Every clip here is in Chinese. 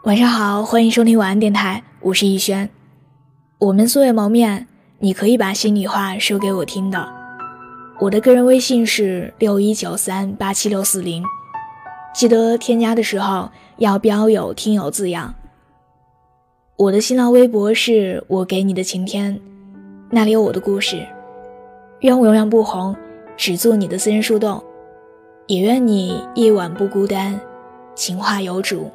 晚上好，欢迎收听晚安电台，我是逸轩。我们素未谋面，你可以把心里话说给我听的。我的个人微信是6193876040，记得添加的时候要标有听友字样。我的新浪微博是我给你的晴天，那里有我的故事。愿我永远不红，只做你的私人树洞，也愿你夜晚不孤单，情话有主。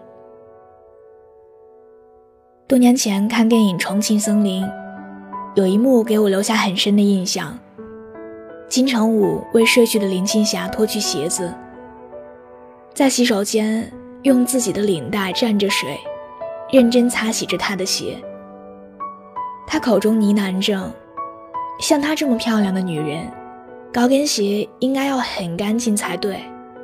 多年前看电影《重庆森林》，有一幕给我留下很深的印象。金城武为睡去的林青霞脱去鞋子，在洗手间用自己的领带蘸着水，认真擦洗着她的鞋。他口中呢喃着，像她这么漂亮的女人，高跟鞋应该要很干净才对。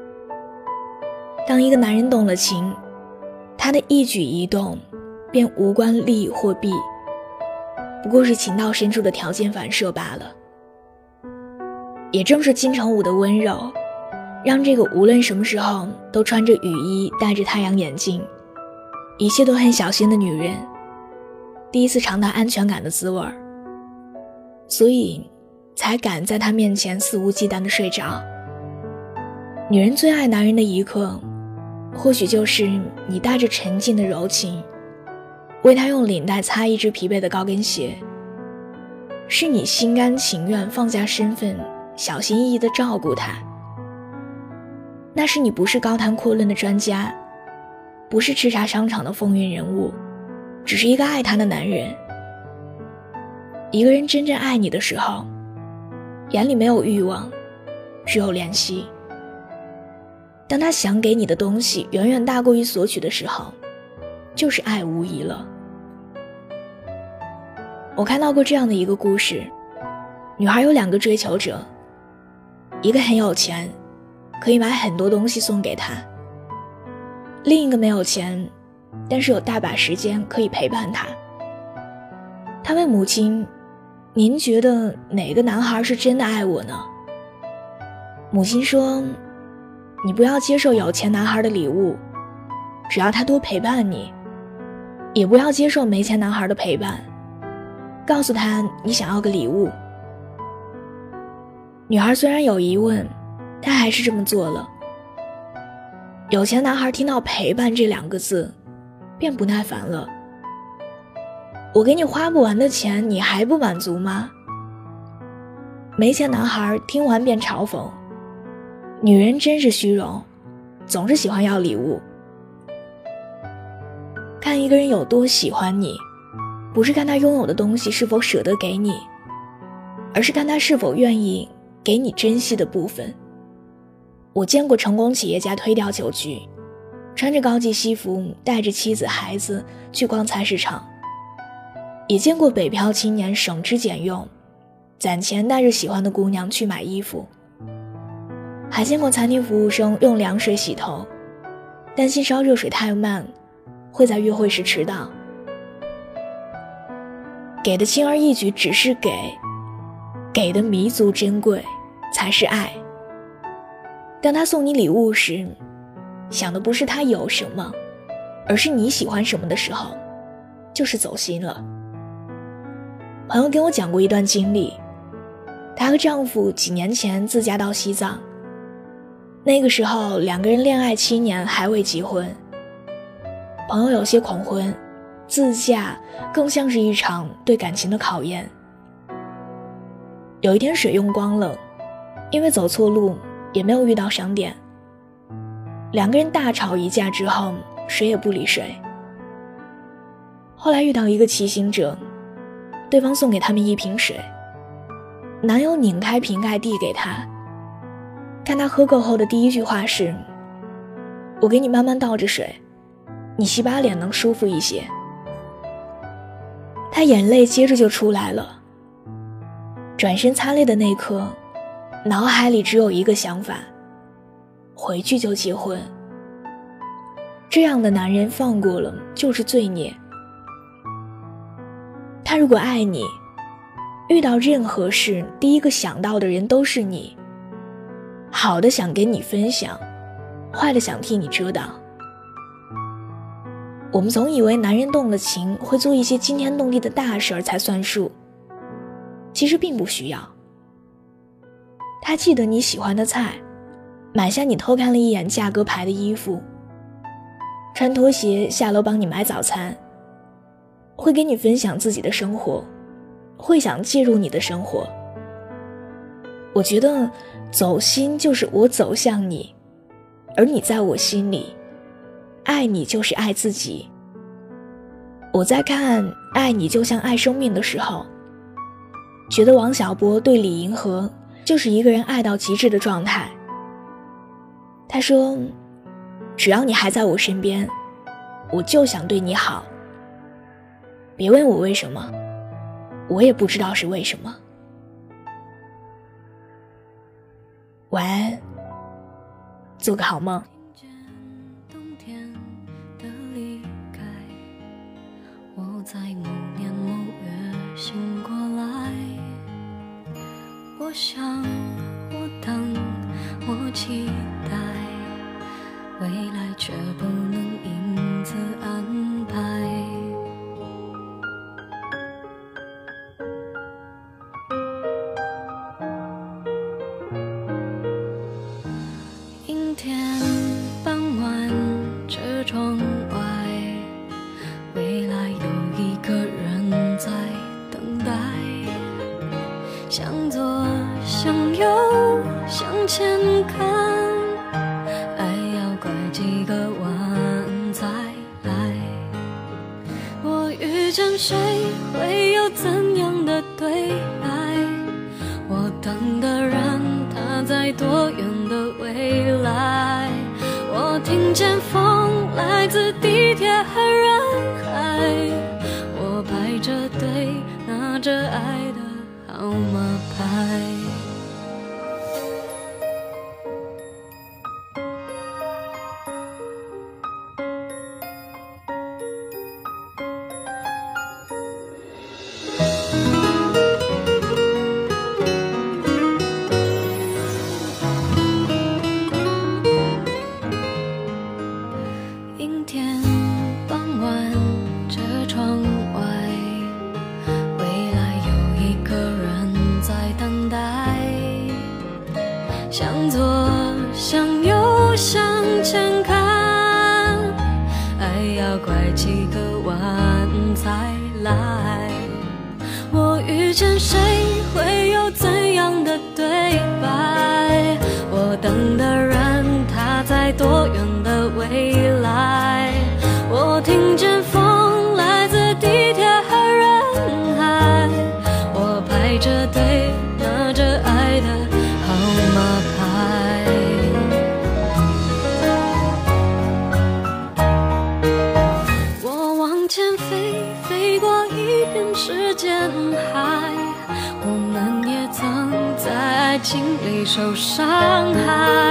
当一个男人动了情，他的一举一动便无关利或弊，不过是情到深处的条件反射罢了。也正是金城武的温柔，让这个无论什么时候都穿着雨衣戴着太阳眼镜，一切都很小心的女人第一次尝到安全感的滋味，所以才敢在他面前肆无忌惮地睡着。女人最爱男人的一刻，或许就是你带着沉静的柔情为他用领带擦一只疲惫的高跟鞋，是你心甘情愿放下身份，小心翼翼地照顾他。那是你不是高谈阔论的专家，不是叱咤商场的风云人物，只是一个爱他的男人。一个人真正爱你的时候，眼里没有欲望，只有怜惜。当他想给你的东西远远大过于索取的时候，就是爱无疑了。我看到过这样的一个故事，女孩有2个追求者，一个很有钱，可以买很多东西送给他，另一个没有钱，但是有大把时间可以陪伴他。他问母亲，您觉得哪个男孩是真的爱我呢？母亲说，你不要接受有钱男孩的礼物，只要他多陪伴你，也不要接受没钱男孩的陪伴，告诉他你想要个礼物。女孩虽然有疑问，她还是这么做了。有钱男孩听到陪伴这2个字便不耐烦了，我给你花不完的钱，你还不满足吗？没钱男孩听完便嘲讽，女人真是虚荣，总是喜欢要礼物。看一个人有多喜欢你，不是看他拥有的东西是否舍得给你，而是看他是否愿意给你珍惜的部分。我见过成功企业家推掉酒局，穿着高级西服带着妻子孩子去逛菜市场，也见过北漂青年省吃俭用，攒钱带着喜欢的姑娘去买衣服，还见过餐厅服务生用凉水洗头，担心烧热水太慢会在约会时迟到。给的轻而易举只是给的弥足珍贵才是爱。当他送你礼物时，想的不是他有什么，而是你喜欢什么的时候，就是走心了。朋友跟我讲过一段经历，她和丈夫几年前自驾到西藏，那个时候2个人恋爱7年还未结婚。朋友有些恐婚，自驾更像是一场对感情的考验。有一天水用光了，因为走错路也没有遇到商店，2个人大吵一架之后谁也不理谁。后来遇到一个骑行者，对方送给他们1瓶水，男友拧开瓶盖递给他，看他喝够后的第一句话是，我给你慢慢倒着水，你洗把脸能舒服一些。他眼泪接着就出来了，转身擦泪的那一刻，脑海里只有一个想法，回去就结婚。这样的男人放过了就是罪孽。他如果爱你，遇到任何事第一个想到的人都是你，好的想跟你分享，坏的想替你遮挡。 我们总以为男人动了情会做一些惊天动地的大事儿才算数，其实并不需要。他记得你喜欢的菜，买下你偷看了一眼价格牌的衣服，穿拖鞋下楼帮你买早餐，会给你分享自己的生活，会想介入你的生活。我觉得走心就是我走向你，而你在我心里，爱你就是爱自己。我在看《爱你就像爱生命》的时候，觉得王小波对李银河就是一个人爱到极致的状态。他说，只要你还在我身边，我就想对你好，别问我为什么，我也不知道是为什么。晚安，做个好梦。 冬天的离开，我在某年某月醒过来，我想，我等，我期待，未来却不能因此安排。阴天傍晚，车窗外，未来有一个人在等待。向左，向右，向前看，爱要拐几个弯才来。我遇见谁，会有怎样的对白？我等的人，他在多远的未来？我听见风来自地铁和人海，我排着队拿着爱的号码牌。阴天傍晚，车窗外，未来有一个人在等待。向左，向右，向前看，爱要拐几个弯才来。我遇见谁，会有怎样的对白？我等的人，他在多远的未来？我听见风来自地铁和人海，我排着队拿着爱的号码牌。我往前飞，飞过一片时间海，我们也曾在爱情里受伤害。